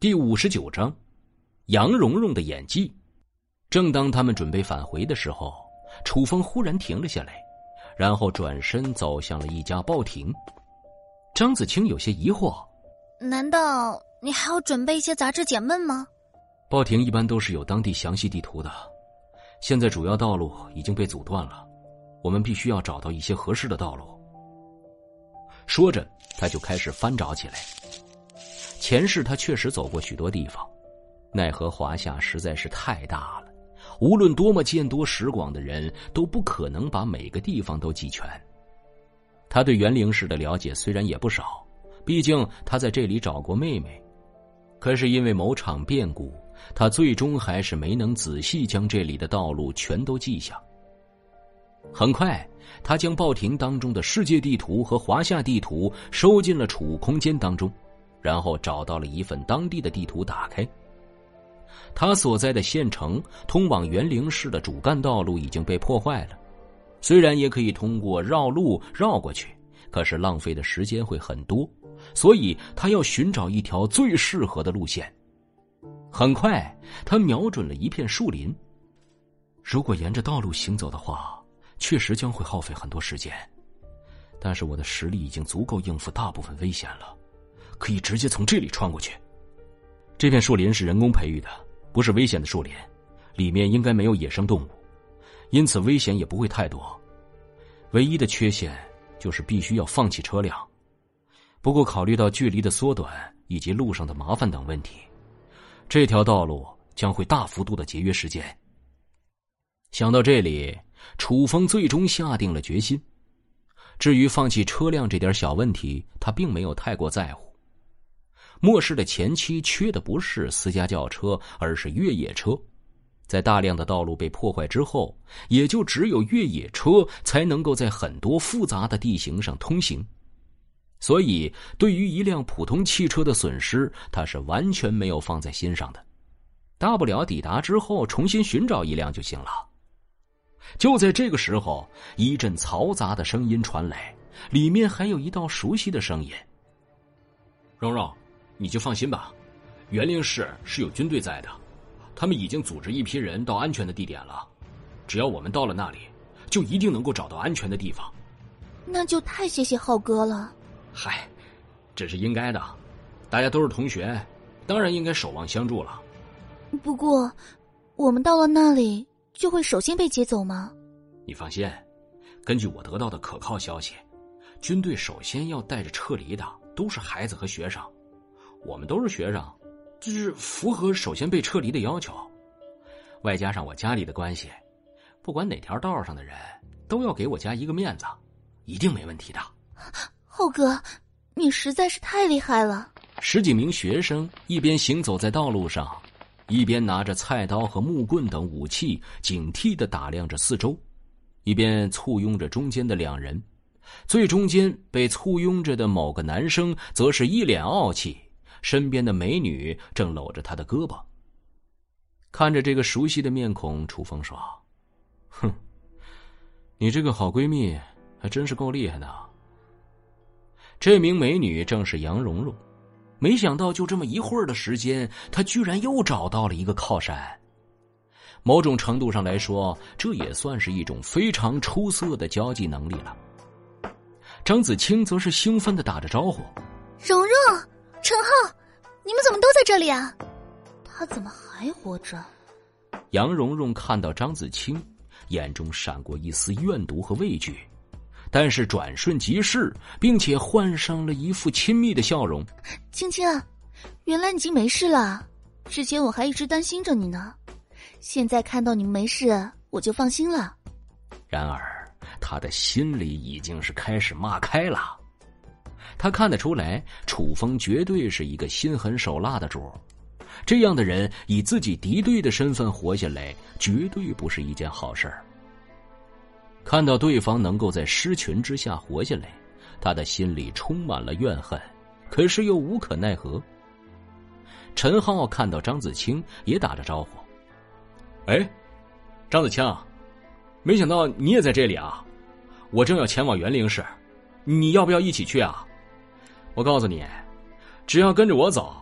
第59章，杨蓉蓉的演技。正当他们准备返回的时候，楚风忽然停了下来，然后转身走向了一家报亭。张子清有些疑惑： 难道你还要准备一些杂志简问吗？ 报亭一般都是有当地详细地图的，现在主要道路已经被阻断了，我们必须要找到一些合适的道路。说着他就开始翻找起来。前世他确实走过许多地方，奈何华夏实在是太大了，无论多么见多识广的人都不可能把每个地方都记全。他对园陵市的了解虽然也不少，毕竟他在这里找过妹妹，可是因为某场变故，他最终还是没能仔细将这里的道路全都记下。很快他将报亭当中的世界地图和华夏地图收进了储物空间当中，然后找到了一份当地的地图，打开。他所在的县城通往园陵市的主干道路已经被破坏了，虽然也可以通过绕路绕过去，可是浪费的时间会很多，所以他要寻找一条最适合的路线。很快他瞄准了一片树林，如果沿着道路行走的话，确实将会耗费很多时间，但是我的实力已经足够应付大部分危险了，可以直接从这里穿过去。这片树林是人工培育的，不是危险的树林，里面应该没有野生动物，因此危险也不会太多。唯一的缺陷就是必须要放弃车辆，不过考虑到距离的缩短以及路上的麻烦等问题，这条道路将会大幅度的节约时间。想到这里，楚风最终下定了决心。至于放弃车辆这点小问题，他并没有太过在乎。末世的前期缺的不是私家轿车，而是越野车。在大量的道路被破坏之后，也就只有越野车才能够在很多复杂的地形上通行。所以对于一辆普通汽车的损失，他是完全没有放在心上的，大不了抵达之后重新寻找一辆就行了。就在这个时候，一阵嘈杂的声音传来，里面还有一道熟悉的声音：蓉蓉，你就放心吧，园陵市是有军队在的，他们已经组织一批人到安全的地点了，只要我们到了那里，就一定能够找到安全的地方。 那就太谢谢浩哥了。 嗨，这是应该的，大家都是同学，当然应该守望相助了。 不过我们到了那里就会首先被接走吗？ 你放心，根据我得到的可靠消息，军队首先要带着撤离的都是孩子和学生，我们都是学生，就是符合首先被撤离的要求，外加上我家里的关系，不管哪条道上的人都要给我家一个面子，一定没问题的。 浩哥，你实在是太厉害了。 10几名学生一边行走在道路上，一边拿着菜刀和木棍等武器，警惕地打量着四周，一边簇拥着中间的2人。最中间被簇拥着的某个男生则是一脸傲气，身边的美女正搂着他的胳膊。看着这个熟悉的面孔，楚风说：哼，你这个好闺蜜还真是够厉害的。这名美女正是杨蓉蓉，没想到就这么一会儿的时间，她居然又找到了一个靠山。某种程度上来说，这也算是一种非常出色的交际能力了。张子清则是兴奋地打着招呼： 蓉蓉，陈浩，你们怎么都在这里啊？他怎么还活着？ 杨蓉蓉看到张子清，眼中闪过一丝怨毒和畏惧，但是转瞬即逝，并且换上了一副亲密的笑容。 青青啊，原来你已经没事了，之前我还一直担心着你呢，现在看到你没事，我就放心了。 然而他的心里已经是开始骂开了。他看得出来，楚风绝对是一个心狠手辣的主，这样的人以自己敌对的身份活下来，绝对不是一件好事儿。看到对方能够在狮群之下活下来，他的心里充满了怨恨，可是又无可奈何。陈浩看到张子清，也打着招呼：哎，张子清，没想到你也在这里啊，我正要前往园陵市，你要不要一起去啊？我告诉你，只要跟着我走，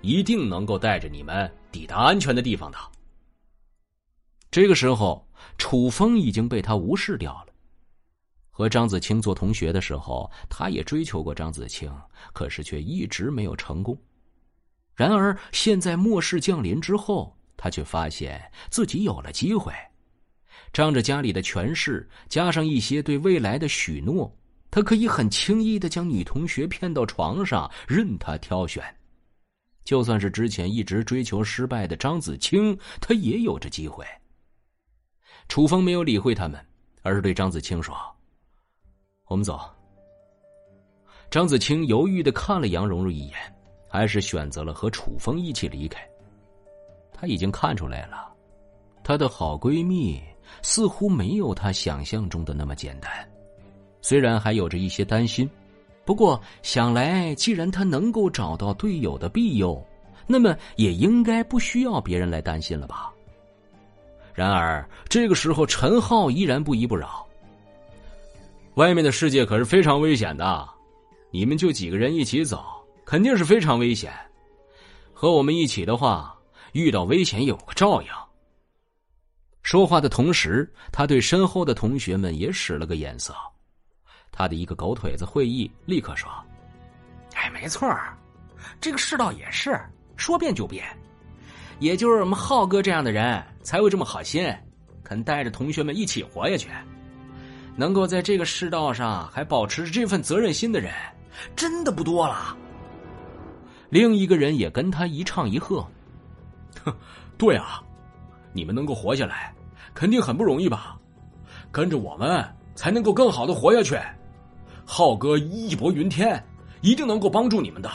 一定能够带着你们抵达安全的地方的。这个时候，楚风已经被他无视掉了。和张子清做同学的时候，他也追求过张子清，可是却一直没有成功。然而现在末世降临之后，他却发现自己有了机会。仗着家里的权势，加上一些对未来的许诺，他可以很轻易地将女同学骗到床上，任他挑选。就算是之前一直追求失败的张子清，他也有着机会。楚风没有理会他们，而是对张子清说：“我们走。”张子清犹豫地看了杨蓉蓉一眼，还是选择了和楚风一起离开。他已经看出来了，她的好闺蜜似乎没有她想象中的那么简单。虽然还有着一些担心，不过想来既然她能够找到队友的庇佑，那么也应该不需要别人来担心了吧。然而这个时候陈浩依然不依不饶：“外面的世界可是非常危险的，你们就几个人一起走，肯定是非常危险。和我们一起的话，遇到危险有个照应。”说话的同时，他对身后的同学们也使了个眼色。他的一个狗腿子会意立刻说：“ 没错，这个世道也是说变就变，也就是我们浩哥这样的人才会这么好心，肯带着同学们一起活下去。能够在这个世道上还保持着这份责任心的人，真的不多了。” 另一个人也跟他一唱一和：“ 对啊，你们能够活下来，肯定很不容易吧？跟着我们才能够更好的活下去。浩哥义薄云天，一定能够帮助你们的。”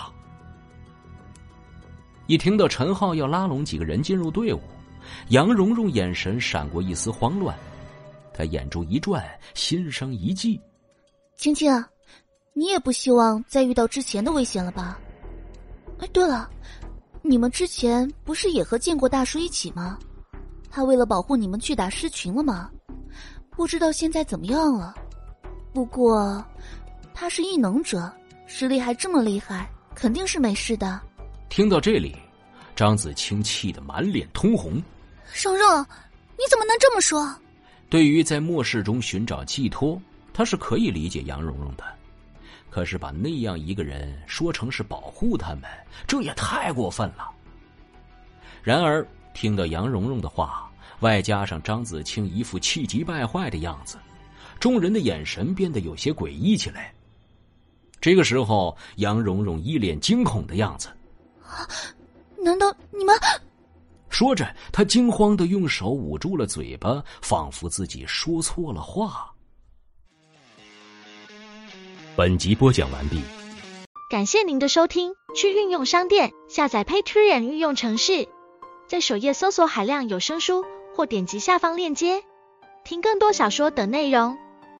一听到陈浩要拉拢几个人进入队伍，杨蓉蓉眼神闪过一丝慌乱，她眼珠一转，心生一计：“ 青青，你也不希望再遇到之前的危险了吧？哎，对了，你们之前不是也和建国大叔一起吗？他为了保护你们去打狮群了吗？不知道现在怎么样了。不过他是异能者，实力还这么厉害，肯定是没事的。” 听到这里，张子清气得满脸通红：“ 蓉蓉，你怎么能这么说？” 对于在末世中寻找寄托，他是可以理解杨蓉蓉的。可是把那样一个人说成是保护他们，这也太过分了。然而听到杨蓉蓉的话，外加上张子清一副气急败坏的样子，众人的眼神变得有些诡异起来。这个时候，杨蓉蓉一脸惊恐的样子：“ 难道你们……” 说着，她惊慌地用手捂住了嘴巴，仿佛自己说错了话。本集播讲完毕， 感谢您的收听。去运用商店下载 Patreon 运用程式，在首页搜索海量有声书，或点击下方链接听更多小说等内容。